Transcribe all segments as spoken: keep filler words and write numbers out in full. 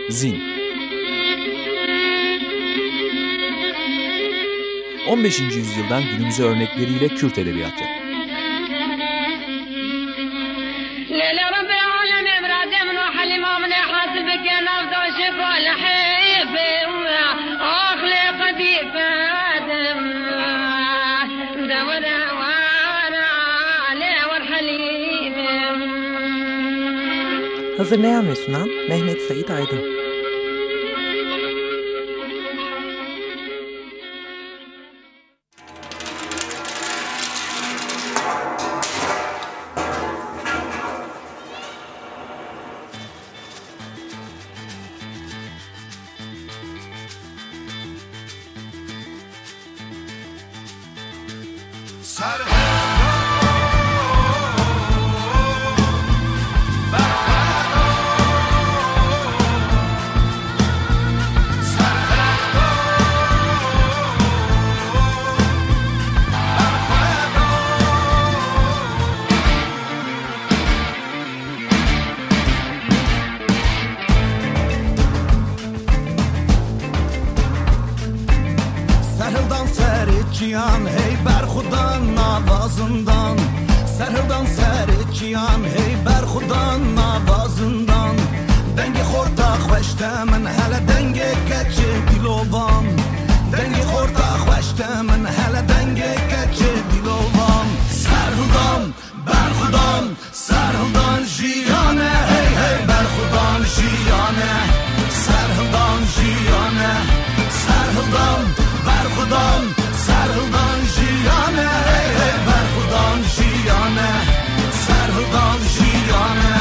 Zin. on beşinci yüzyıldan günümüze örnekleriyle Kürt edebiyatı. Hazırlayan ve sunan Mehmet Sait Aydın. Cihan hey berxudan navazından Serhildan seri cihan hey berxudan navazından Dengi xorta xweşte min hele denge keçi dilovan Dengi xorta xweşte min hele denge keçi dilovan Serhildan berxudan Serhildan jiyane hey hey berxudan jiyane Serhildan jiyane Serhildan berxudan Serhildan jiyane hey hey berxudan jiyane Serhildan jiyane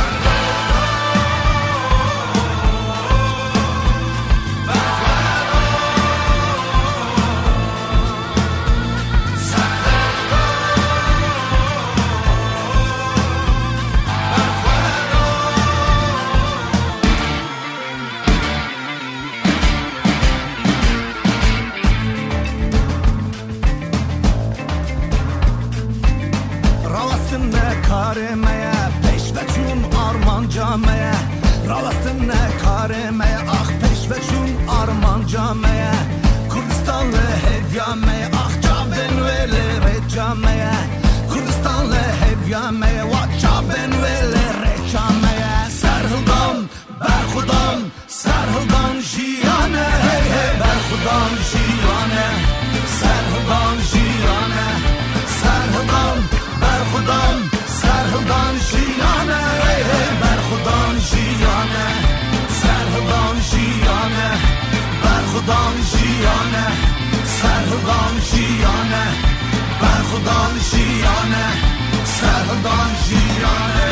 Karimeye peşveçun arman cameye Ravastın ne karimeye ah peşveçun arman cameye Kurdistanlı hevyameye ah caben veli recameye Kurdistanlı hevyameye vah caben veli recameye Serhildan berxudan Serhildan jiyane hey hey berxudan jiyane Serhildan jiyane Serhildan berxudan Serhildan jiyane hey hey berxudan jiyane Serhildan jiyane berxudan jiyane Serhildan jiyane berxudan jiyane Serhildan jiyane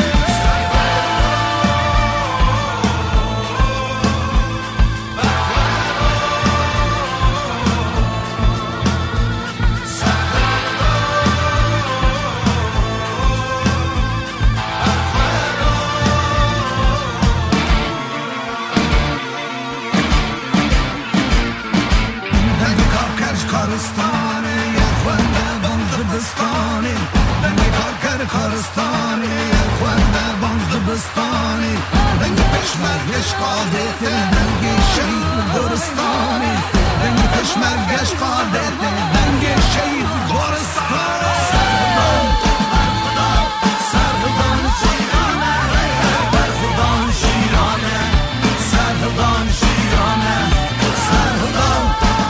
Karistani, ya khwanda bang Dibistani, dangi kar Karistani, ya khwanda bang Dibistani, dangi peshmer yesh qadete, dangi shahid Goristani, dangi peshmer yesh qadete, dangi shahid Goristani. Serhildan, berxudan, Serhildan jiyane, berxudan jiyane, Serhildan jiyane, Serhildan.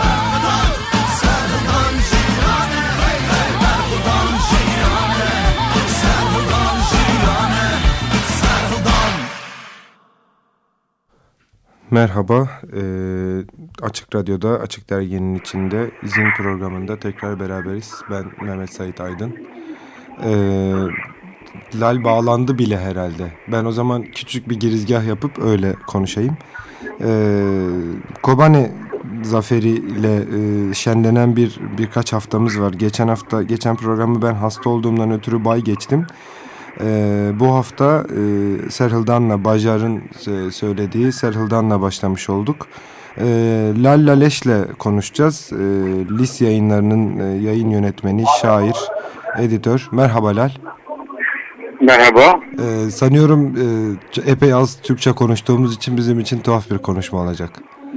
Merhaba, e, Açık Radyo'da, Açık Dergi'nin içinde izin programında tekrar beraberiz. Ben Mehmet Sait Aydın. E, Lal bağlandı bile herhalde. Ben o zaman küçük bir girizgah yapıp öyle konuşayım. E, Kobane zaferiyle e, şenlenen bir birkaç haftamız var. Geçen hafta, geçen programı ben hasta olduğumdan ötürü bay geçtim. Ee, bu hafta e, Serhildan'la Bajar'ın e, söylediği Serhildan'la başlamış olduk. E, Lal Laleş'le konuşacağız. E, Lis Yayınları'nın e, yayın yönetmeni, şair, editör. Merhaba Lal. Merhaba. Ee, sanıyorum e, epey az Türkçe konuştuğumuz için bizim için tuhaf bir konuşma olacak.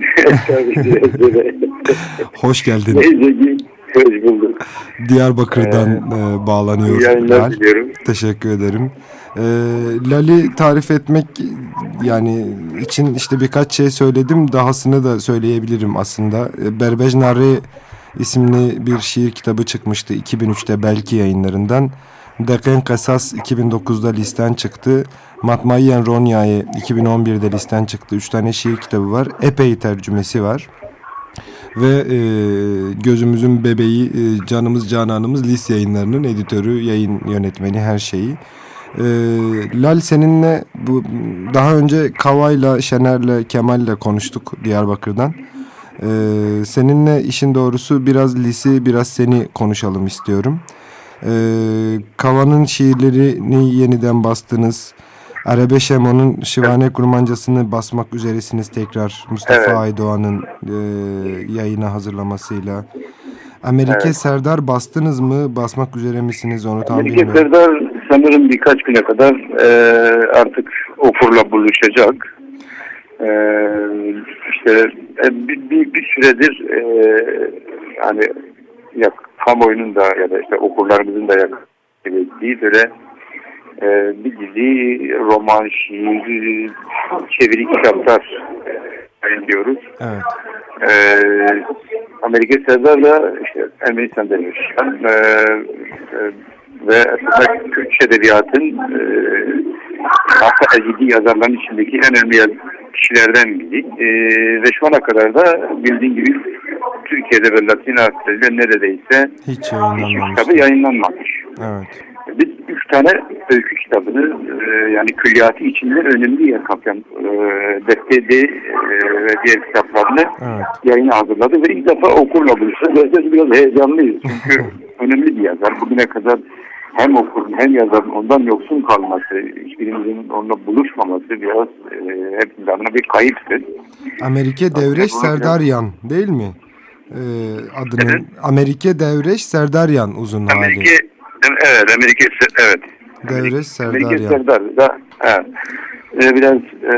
Hoş geldin. Hoş bulduk. Diyarbakır'dan ee, e, bağlanıyor. Yayınlar diliyorum. Teşekkür ederim. E, Lal'i tarif etmek yani için işte birkaç şey söyledim. Dahasını da söyleyebilirim aslında. Berbej Nari isimli bir şiir kitabı çıkmıştı iki bin üçte Belki yayınlarından. Deken Kasas iki bin dokuzda listen çıktı. Matmayen Ronya'yı iki bin on birde listen çıktı. Üç tane şiir kitabı var. Epey tercümesi var. Ve e, gözümüzün bebeği, e, canımız cananımız Lis yayınlarının editörü, yayın yönetmeni, her şeyi. E, Lal, seninle bu daha önce Kava'yla, Şener'le, Kemal'le konuştuk Diyarbakır'dan. E, seninle işin doğrusu biraz Lis'i, biraz seni konuşalım istiyorum. E, Kava'nın şiirlerini yeniden bastınız. Arabe Şemo'nun Şivane Kurmancası'nı basmak üzeresiniz tekrar Mustafa evet. Aydoğan'ın e, yayına hazırlamasıyla. Amerike evet. Serdar bastınız mı? Basmak üzere misiniz? Onu tam Amerike bilmiyorum. Serdar sanırım birkaç güne kadar e, artık okurla buluşacak. E, işte e, bir, bir, bir süredir e, yani ya, kamuoyunun da ya da işte okurlarımızın da yaklaşık böyle Ee, bir dizi roman, şiir, çeviri kitaplar yayınlıyoruz. Evet. Ee, Amerika Sezar'la işte Ermenistan'da yaşayan e, e, ve aslında Kürtçe edebiyatın e, hatta ezidi yazarların içindeki en önemli kişilerden biri. E, ve şu ana kadar da bildiğin gibi Türkiye'de ve Latin Amerika'da neredeyse hiç yayınlanmamış. Hiç kitabı yayınlanmamış. Evet. Biz üç tane öykü kitabını e, yani külliyatı içinde önemli yer kaplayan e, Defteri e, ve diğer kitaplarını evet. yayına hazırladı ve ilk defa okurla buluştu. Biz biraz heyecanlıyız çünkü önemli bir yazar. Bugüne kadar hem okurun hem yazarın ondan yoksun kalması, hiçbirimizin onunla buluşmaması biraz e, hepimiz adına bir kayıptır. Amerike Devreş Serdaryan değil mi? Ee, adının evet. Amerike Devreş Serdaryan uzun Amerike, hali. Evet, Amerike evet. Devreş Serdar Amerike ya. Serdar da evet. Ee, biraz e,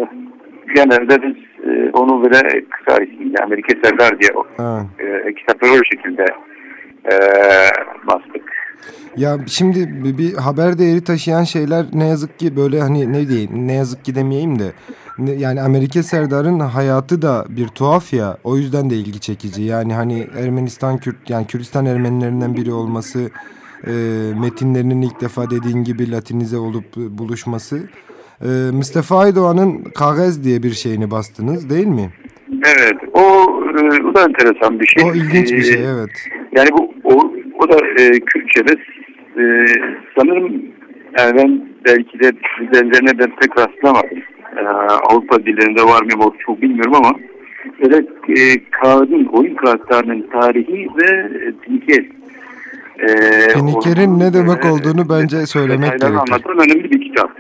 genelde biz e, onu böyle kısa isimle Amerike Serdar diye e, kitapları o şekilde e, bastık. Ya şimdi bir haber değeri taşıyan şeyler ne yazık ki böyle hani ne diyeyim ne yazık ki demeyeyim de yani Amerike Serdar'ın hayatı da bir tuhaf ya, o yüzden de ilgi çekici. Yani hani Ermenistan Kürt yani Kürdistan Ermenilerinden biri olması, e, metinlerinin ilk defa dediğin gibi Latinize olup buluşması. E, Mustafa Aydoğan'ın Kağız diye bir şeyini bastınız değil mi? Evet, o, e, o da enteresan bir şey. O ilginç bir şey, evet. Yani bu o, o da e, Kürtçe'de e, sanırım yani ben belki de benzerine ben pek rastlamadım. E, Avrupa dillerinde var mı yok çok bilmiyorum ama böyle e, kağıdın, oyun kağıtlarının tarihi ve Piniker. E, Piniker'in ne demek e, olduğunu bence e, söylemek gerekir. Anlatan önemli bir kitap.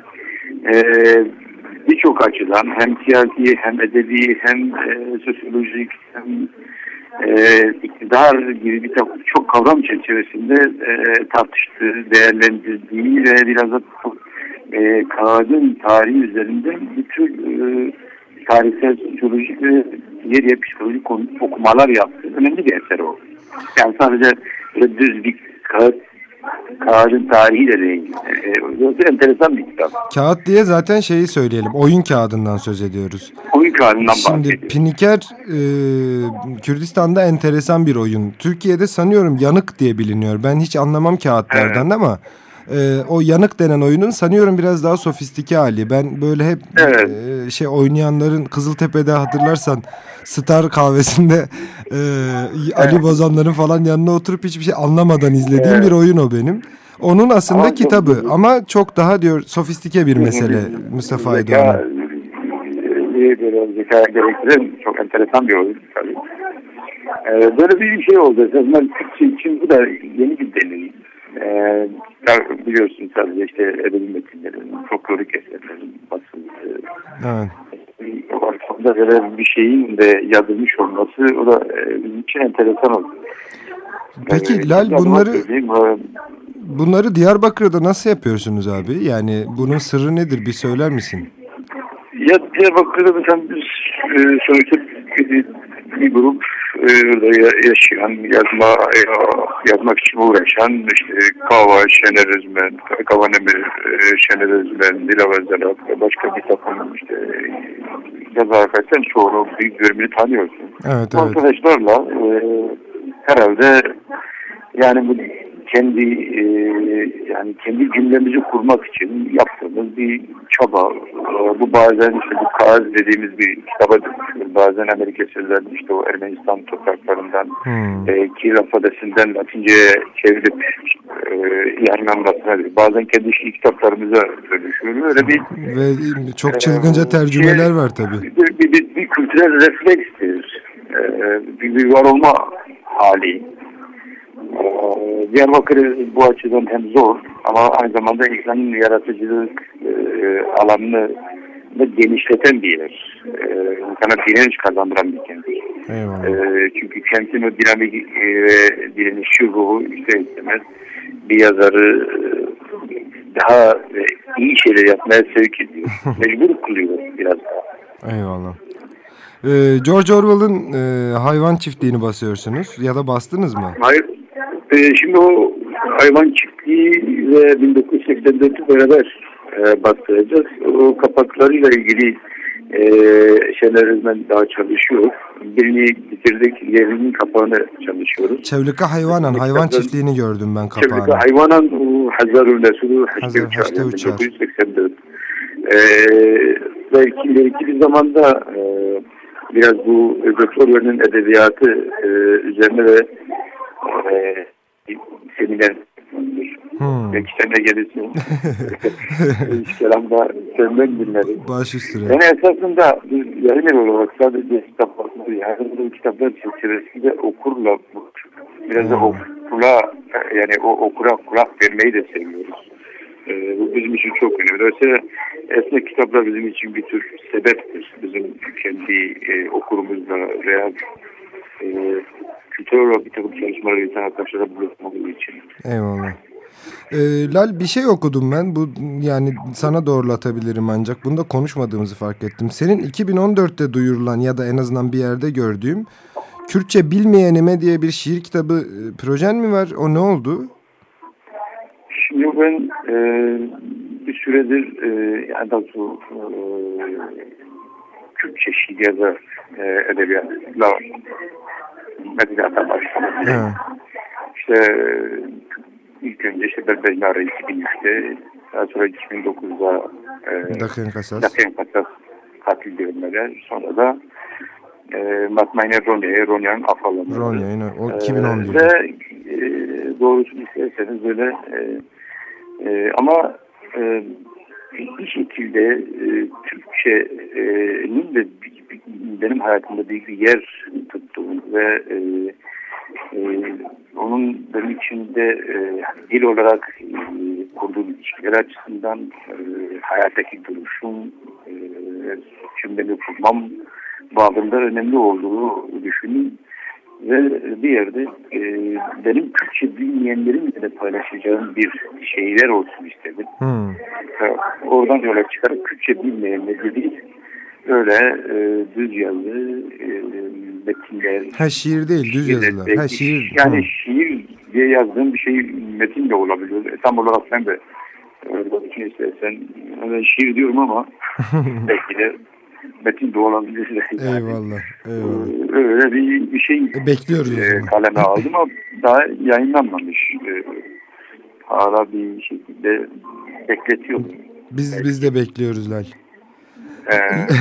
E, Birçok açıdan hem siyasi hem edebi hem e, sosyolojik hem e, iktidar gibi bir çok kavram çerçevesinde e, tartıştığı, değerlendirdiği ve biraz da e, kağıdın tarihi üzerinde bütün e, tarihsel, sosyolojik ve diğer diğer psikolojik okumalar yaptığı önemli bir eser o. Yani sadece böyle düz bir kağıt kağıdın tarihi de değil. Ee, enteresan bir kitap. Kağıt diye zaten şeyi söyleyelim. Oyun kağıdından söz ediyoruz. Oyun kağıdından bahsediyoruz. Şimdi Piniker e, Kürdistan'da enteresan bir oyun. Türkiye'de sanıyorum yanık diye biliniyor. Ben hiç anlamam kağıtlardan evet. ama e, o yanık denen oyunun sanıyorum biraz daha sofistike hali. Ben böyle hep evet. e, şey oynayanların Kızıltepe'de hatırlarsan Star kahvesinde e, Ali evet. Bozanların falan yanına oturup hiçbir şey anlamadan izlediğim evet. bir oyun o benim. Onun aslında ama kitabı çok, ama çok daha diyor sofistike bir mesele Mustafa Aydoğan'ın. Biraz zeka gerektiren çok enteresan bir oyun tabii. Ee, böyle bir şey oldu. Esasında Türkçe için bu da yeni bir deneyim. Ee, biliyorsun sadece işte edebi metinlerin, folklorik eserlerin basıldığı. Evet. Ortamda böyle bir şeyin de yazılmış olması o da bizim için enteresan oldu. Peki ee, Lal bunları bunları Diyarbakır'da nasıl yapıyorsunuz abi? Yani bunun sırrı nedir? Bir söyler misin? Ya Diyarbakır'da mesela biz e, sonuçta bir, bir grup e, orada yaşayan, yazma e, yazmak için uğraşan işte Kava, Şener Özmen, Kavanemi, e, Şener Özmen, Dilaver Zelat, başka bir takım işte yazar arkadaşlar çoğunu büyük bölümünü tanıyorsun. Evet, evet. Arkadaşlarla e, herhalde yani bu kendi e, yani kendi cümlemizi kurmak için yaptığımız bir çaba. E, bu bazen işte bu Kaz dediğimiz bir kitaba dönüşüyor. Bazen Amerika sözlerinin işte o Ermenistan topraklarından hmm. e, Kir alfabesinden Latince'ye çevrilip e, yayınlanmasına, bazen kendi şiir kitaplarımıza dönüşüyor. Öyle bir ve çok çılgınca e, tercümeler şey, var tabii. Bir, bir, bir, bir kültürel reflekstir. E, bir, bir var olma hali. Diyarbakır bu açıdan hem zor ama aynı zamanda insanın yaratıcılık e, alanını da genişleten bir yer. E, insana direnç kazandıran bir kent. E, çünkü kentin o dinamik ve direnişçi ruhu ister istemez bir yazarı e, daha e, iyi şeyler yapmaya sevk ediyor. Mecbur kılıyor biraz daha. Eyvallah. Ee, George Orwell'ın e, Hayvan Çiftliği'ni basıyorsunuz ya da bastınız mı? Hayır. Ee, şimdi o Hayvan Çiftliği ve bin dokuz yüz seksen dört'ü beraber e, bastıracağız. O kapaklarıyla ilgili e, Şener Özmen daha çalışıyor. Birini bitirdik, diğerinin kapağını çalışıyoruz. Çevlika Hayvanan, Hayvan Çiftliği'ni gördüm ben kapağını. Çevlika Hayvanan, Hazarul Nesulü Hazar bin dokuz yüz seksen dört. Ee, belki ileriki bir zamanda e, biraz bu George Orwell'in edebiyatı e, üzerine de e, seminer hmm. belki sen de gelirsin. Selamda senden dinlerim. Baş üstüne. Yani esasında yayın evi olarak sadece kitap bakmıyor. Yani bu kitaplar çerçevesinde okurla biraz hmm. da okula yani o okura kulak vermeyi de seviyoruz. Ee, bu bizim için çok önemli. Dolayısıyla esnek kitaplar bizim için bir tür sebeptir. Bizim kendi e, okurumuzla veya e, kültürel olarak bir takım çalışmaları insan arkadaşlara bulunmadığı için. Eyvallah. Ee, Lal bir şey okudum ben. Bu yani sana doğrulatabilirim ancak. Bunda konuşmadığımızı fark ettim. Senin iki bin on dört'te duyurulan ya da en azından bir yerde gördüğüm Kürtçe Bilmeyenime diye bir şiir kitabı e, projen mi var? O ne oldu? Şimdi ben e, bir süredir e, yani daha doğrusu e, Kürtçe şiir yazar e, edebiyatla edebiyata başladım. Evet. İşte ilk önce işte Berbejnare iki bin üç'te daha sonra iki bin dokuz'da e, Daken Kasas Daken Kasas katil görmeler, sonra da e, Matmayne Ronya'ya, Ronya'nın afaları. Ronya'yı o iki bin on bir'de. E, ve e, doğrusunu isterseniz böyle e, e, ama e, bir şekilde e, Türkçe'nin de benim hayatımda büyük bir yer tuttuğunu ve e, e, onun benim içinde e, dil olarak e, kurduğum ilişkiler açısından e, hayattaki duruşum, e, cümlemi kurmam bağında önemli olduğunu düşündüm. Ve bir yerde e, benim Kürtçe bilmeyenlerimle de paylaşacağım bir şeyler olsun istedim. Hmm. Oradan yola çıkarak Kürtçe bilmeyenler değil, öyle e, düz yazı e, metinler. Ha şiir değil, düz yazılar. Ha şiir. Yani hmm. şiir diye yazdığım bir şey metin de olabiliyor. E, tam olarak ben de öyle için istersen ben şiir diyorum ama belki de metin de olabilir. Yani. Eyvallah. eyvallah. Öyle bir, bir şey e, bekliyoruz e, kaleme aldım ama daha yayınlanmamış. E, hala bir şekilde bekletiyorum. Biz evet. biz de bekliyoruz Lal. Ee,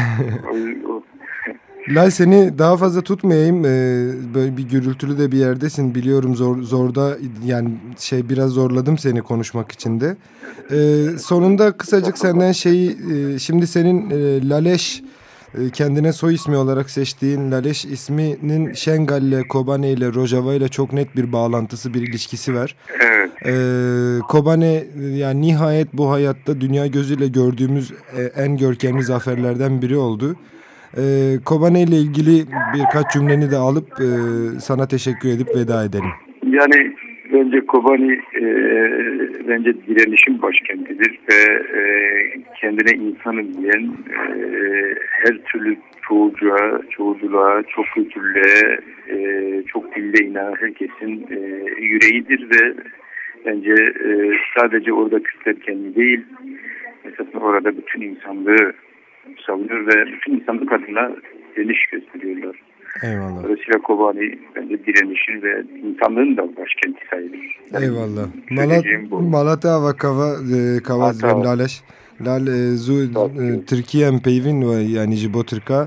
o, o. Lal seni daha fazla tutmayayım. Ee, böyle bir gürültülü de bir yerdesin. Biliyorum zor zorda yani şey biraz zorladım seni konuşmak için de. Ee, sonunda kısacık senden şeyi e, şimdi senin e, Laleş e, kendine soy ismi olarak seçtiğin Laleş isminin Şengal ile Kobane ile Rojava ile çok net bir bağlantısı, bir ilişkisi var. Evet. Ee, Kobane yani nihayet bu hayatta dünya gözüyle gördüğümüz e, en görkemli zaferlerden biri oldu. Ee, Kobane ile ilgili birkaç cümleni de alıp e, sana teşekkür edip veda edelim. Yani bence Kobani e, bence direnişin başkentidir ve e, kendine insanım diyen e, her türlü çoğulcuğa, çoğulculuğa, çok kültürlüğe, e, çok dille inanan herkesin e, yüreğidir ve bence e, sadece orada Kürtler kendi değil, esasında orada bütün insanlığı savunuyor ve bütün insanlık adına direniş gösteriyorlar. Eyvallah. Dolayısıyla Kobani bence direnişin ve insanlığın da başkenti sayılır. Yani Eyvallah. Malat, Malatya ve Kava Kava Laleş Lal zu Türkiye peyvin ve yani jibo Türka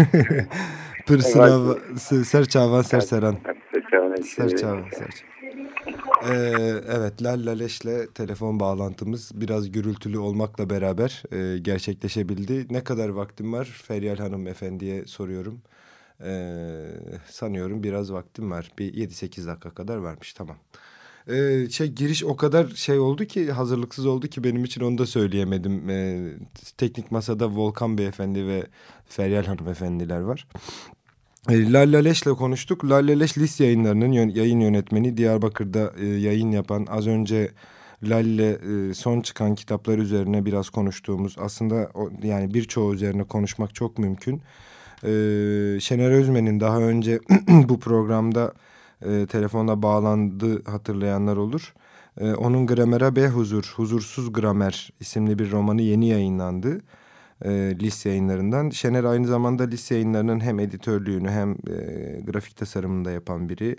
pır sınav serçavan serseran serçavan serçavan. Ee, evet, Lal Laleş'le telefon bağlantımız biraz gürültülü olmakla beraber e, gerçekleşebildi. Ne kadar vaktim var? Feryal Hanım Efendi'ye soruyorum. Ee, sanıyorum biraz vaktim var. Bir yedi sekiz dakika kadar varmış. Tamam. Ee, şey giriş o kadar şey oldu ki, hazırlıksız oldu ki benim için onu da söyleyemedim. Ee, teknik masada Volkan Beyefendi ve Feryal Hanım Efendiler var. Lal Laleş'le konuştuk. Lal Laleş Lis yayınlarının yayın yönetmeni, Diyarbakır'da e, yayın yapan, az önce Lal'le e, son çıkan kitaplar üzerine biraz konuştuğumuz, aslında o, yani birçoğu üzerine konuşmak çok mümkün. E, Şener Özmen'in daha önce bu programda e, telefonla bağlandığı hatırlayanlar olur. E, onun Gramera Behuzur, Huzursuz Gramer isimli bir romanı yeni yayınlandı. E, Lis yayınlarından. Şener aynı zamanda Lis yayınlarının hem editörlüğünü hem e, grafik tasarımını da yapan biri.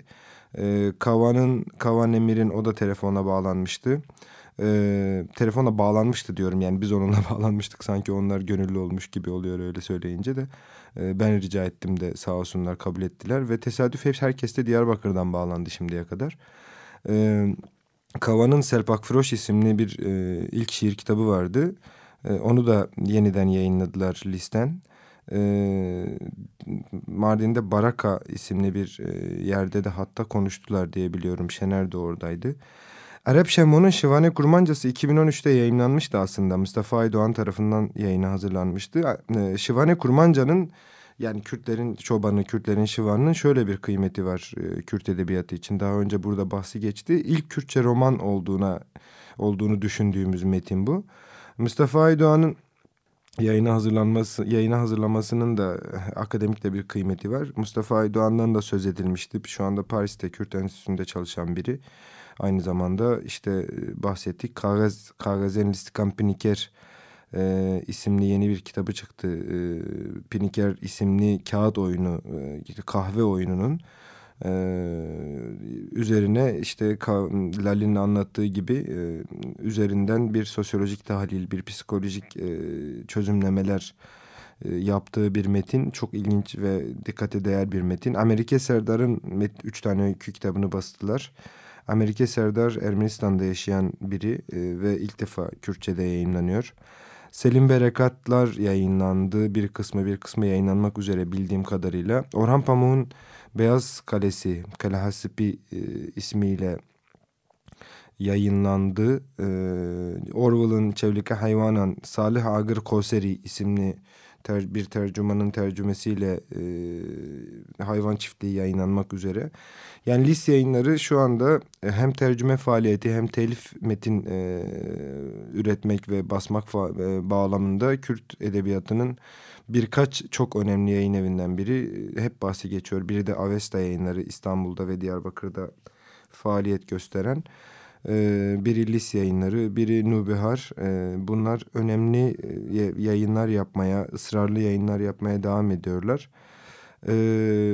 E, Kavan'ın, Kavan Emir'in, o da telefona bağlanmıştı. E, telefona bağlanmıştı diyorum, yani biz onunla bağlanmıştık, sanki onlar gönüllü olmuş gibi oluyor öyle söyleyince de. E, ben rica ettim de sağ olsunlar kabul ettiler ve tesadüf hep herkes de Diyarbakır'dan bağlandı şimdiye kadar. E, Kavan'ın Selpak Froş isimli bir e, ilk şiir kitabı vardı. Ee, onu da yeniden yayınladılar Lis'ten. Ee, Mardin'de Baraka isimli bir e, yerde de hatta konuştular diye biliyorum. Şener de oradaydı. Arap Şemo'nun Şivane Kurmancası iki bin on üçte yayınlanmıştı aslında. Mustafa Aydoğan tarafından yayına hazırlanmıştı. Ee, Şivane Kurmanca'nın, yani Kürtlerin çobanı, Kürtlerin şivanının şöyle bir kıymeti var e, Kürt edebiyatı için. Daha önce burada bahsi geçti. İlk Kürtçe roman olduğuna olduğunu düşündüğümüz metin bu. Mustafa Aydoğan'ın yayına hazırlanması, yayına hazırlamasının da akademik de bir kıymeti var. Mustafa Aydoğan'dan da söz edilmişti. Şu anda Paris'te Kürt Enstitüsü'nde çalışan biri. Aynı zamanda işte bahsettik. Kagaz, Kagazen Listikan Piniker e, isimli yeni bir kitabı çıktı. E, Piniker isimli kağıt oyunu, e, kahve oyununun Ee, üzerine işte Lal'in anlattığı gibi e, üzerinden bir sosyolojik tahlil, bir psikolojik e, çözümlemeler e, yaptığı bir metin. Çok ilginç ve dikkate değer bir metin. Amerike Serdar'ın met, üç tane öykü kitabını bastılar. Amerike Serdar Ermenistan'da yaşayan biri e, ve ilk defa Kürtçe'de yayınlanıyor. Selim Berekatlar yayınlandı. Bir kısmı bir kısmı yayınlanmak üzere bildiğim kadarıyla. Orhan Pamuk'un Beyaz Kalesi, Kalahasipi e, ismiyle yayınlandı. E, Orwell'ın Çevlike Hayvanan, Salih Agır Koseri isimli ter, bir tercümanın tercümesiyle e, Hayvan Çiftliği yayınlanmak üzere. Yani Lis yayınları şu anda hem tercüme faaliyeti hem telif metin e, üretmek ve basmak fa- e, bağlamında Kürt edebiyatının birkaç çok önemli yayın evinden biri. Hep bahsi geçiyor. Biri de Avesta Yayınları, İstanbul'da ve Diyarbakır'da faaliyet gösteren. Ee, biri Lis Yayınları, biri Nubihar. Ee, bunlar önemli yayınlar yapmaya, ısrarlı yayınlar yapmaya devam ediyorlar. Ee,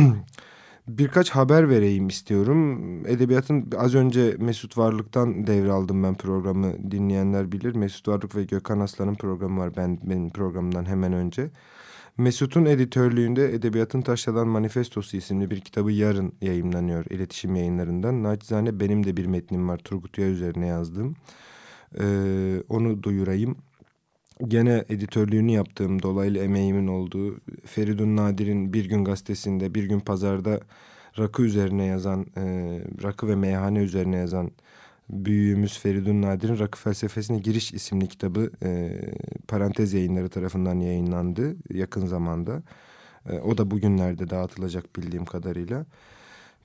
birkaç haber vereyim istiyorum. Edebiyatın, az önce Mesut Varlık'tan devraldım ben programı, dinleyenler bilir. Mesut Varlık ve Gökhan Aslan'ın programı var ben, benim programımdan hemen önce. Mesut'un editörlüğünde Edebiyatın Taşlanan Manifestosu isimli bir kitabı yarın yayımlanıyor iletişim yayınlarından. Naçizane benim de bir metnim var, Turgut Uya üzerine yazdım. Ee, onu duyurayım. Gene editörlüğünü yaptığım, dolaylı emeğimin olduğu Feridun Nadir'in Bir Gün Gazetesi'nde Bir Gün Pazar'da rakı üzerine yazan, e, rakı ve meyhane üzerine yazan büyüğümüz Feridun Nadir'in Rakı Felsefesine Giriş isimli kitabı e, Parantez Yayınları tarafından yayınlandı yakın zamanda. E, o da bugünlerde dağıtılacak bildiğim kadarıyla.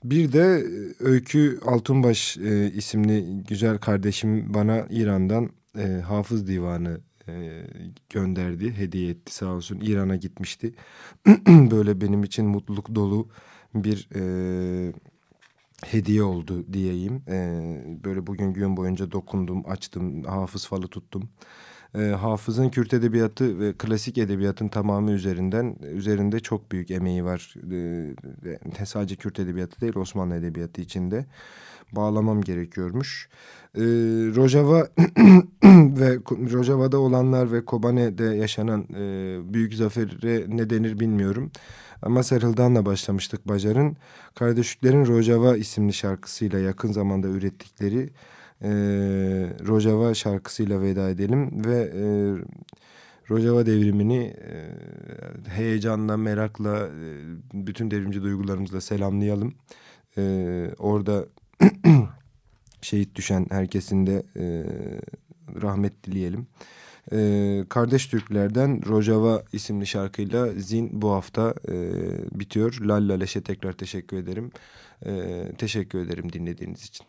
Bir de Öykü Altunbaş e, isimli güzel kardeşim bana İran'dan e, Hafız Divanı e, gönderdi, hediye etti sağ olsun. İran'a gitmişti. Böyle benim için mutluluk dolu bir e, hediye oldu diyeyim. E, böyle bugün gün boyunca dokundum, açtım, Hafız falı tuttum. E, Hafız'ın Kürt edebiyatı ve klasik edebiyatın tamamı üzerinden üzerinde çok büyük emeği var. E, sadece Kürt edebiyatı değil, Osmanlı edebiyatı içinde bağlamam gerekiyormuş. E, Rojava ve Rojava'da olanlar ve Kobane'de yaşanan e, büyük zafere ne denir bilmiyorum. Ama Serhildan'la başlamıştık Bacar'ın. Kardeşliklerin Rojava isimli şarkısıyla yakın zamanda ürettikleri e, Rojava şarkısıyla veda edelim. Ve e, Rojava devrimini e, heyecanla, merakla, e, bütün devrimci duygularımızla selamlayalım. E, orada şehit düşen herkesin de e, rahmet dileyelim. Ee, Kardeş Türkler'den Rojava isimli şarkıyla Zin bu hafta e, bitiyor. Lalla Leş'e tekrar teşekkür ederim. E, teşekkür ederim dinlediğiniz için.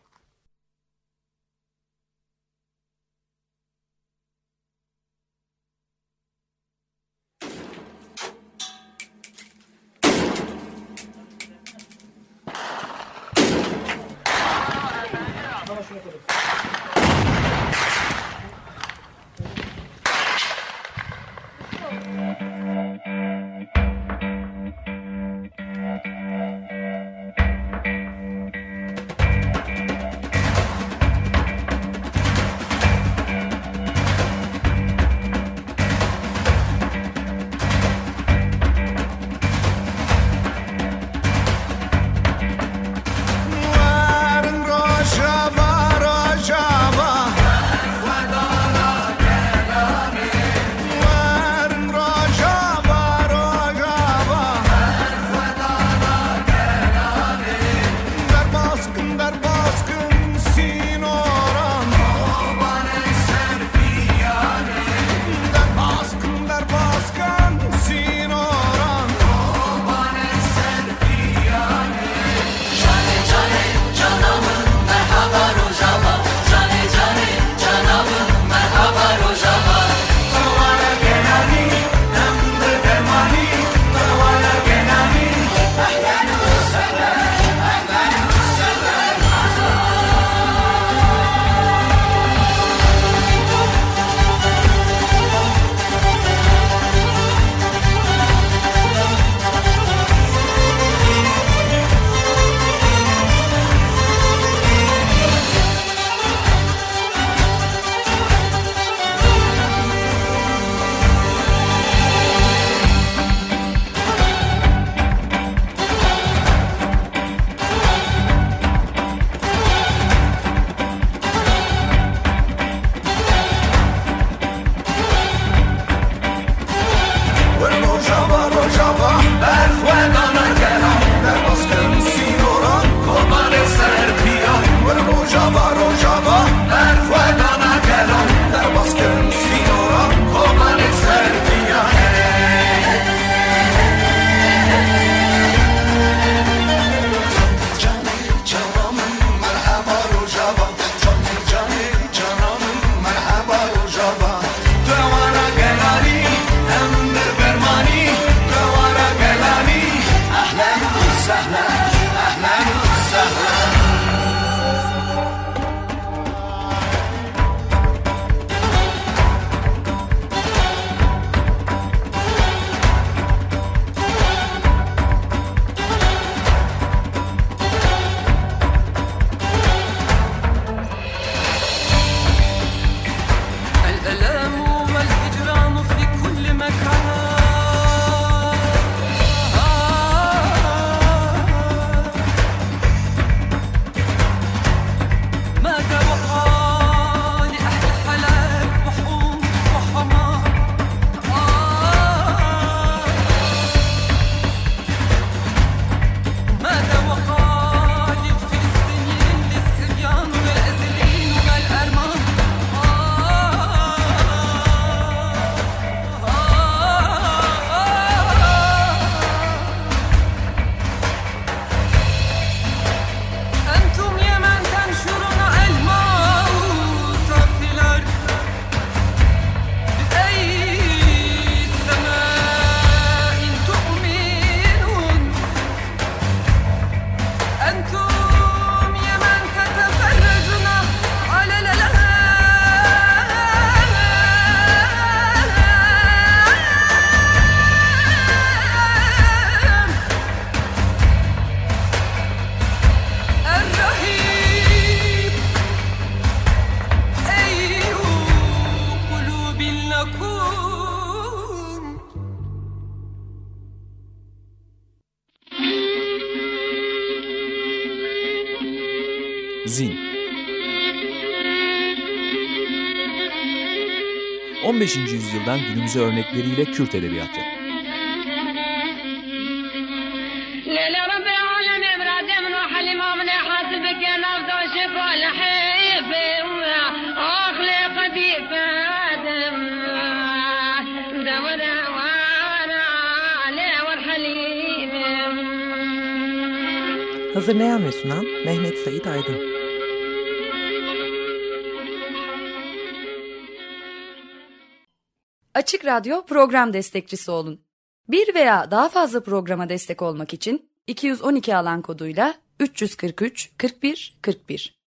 يكون. Zin. on beşinci yüzyıldan günümüze örnekleriyle Kürt edebiyatı. Hazırlayan ve sunan Mehmet Sait Aydın. Açık Radyo program destekçisi olun. Bir veya daha fazla programa destek olmak için iki yüz on iki alan koduyla üç yüz kırk üç kırk bir kırk bir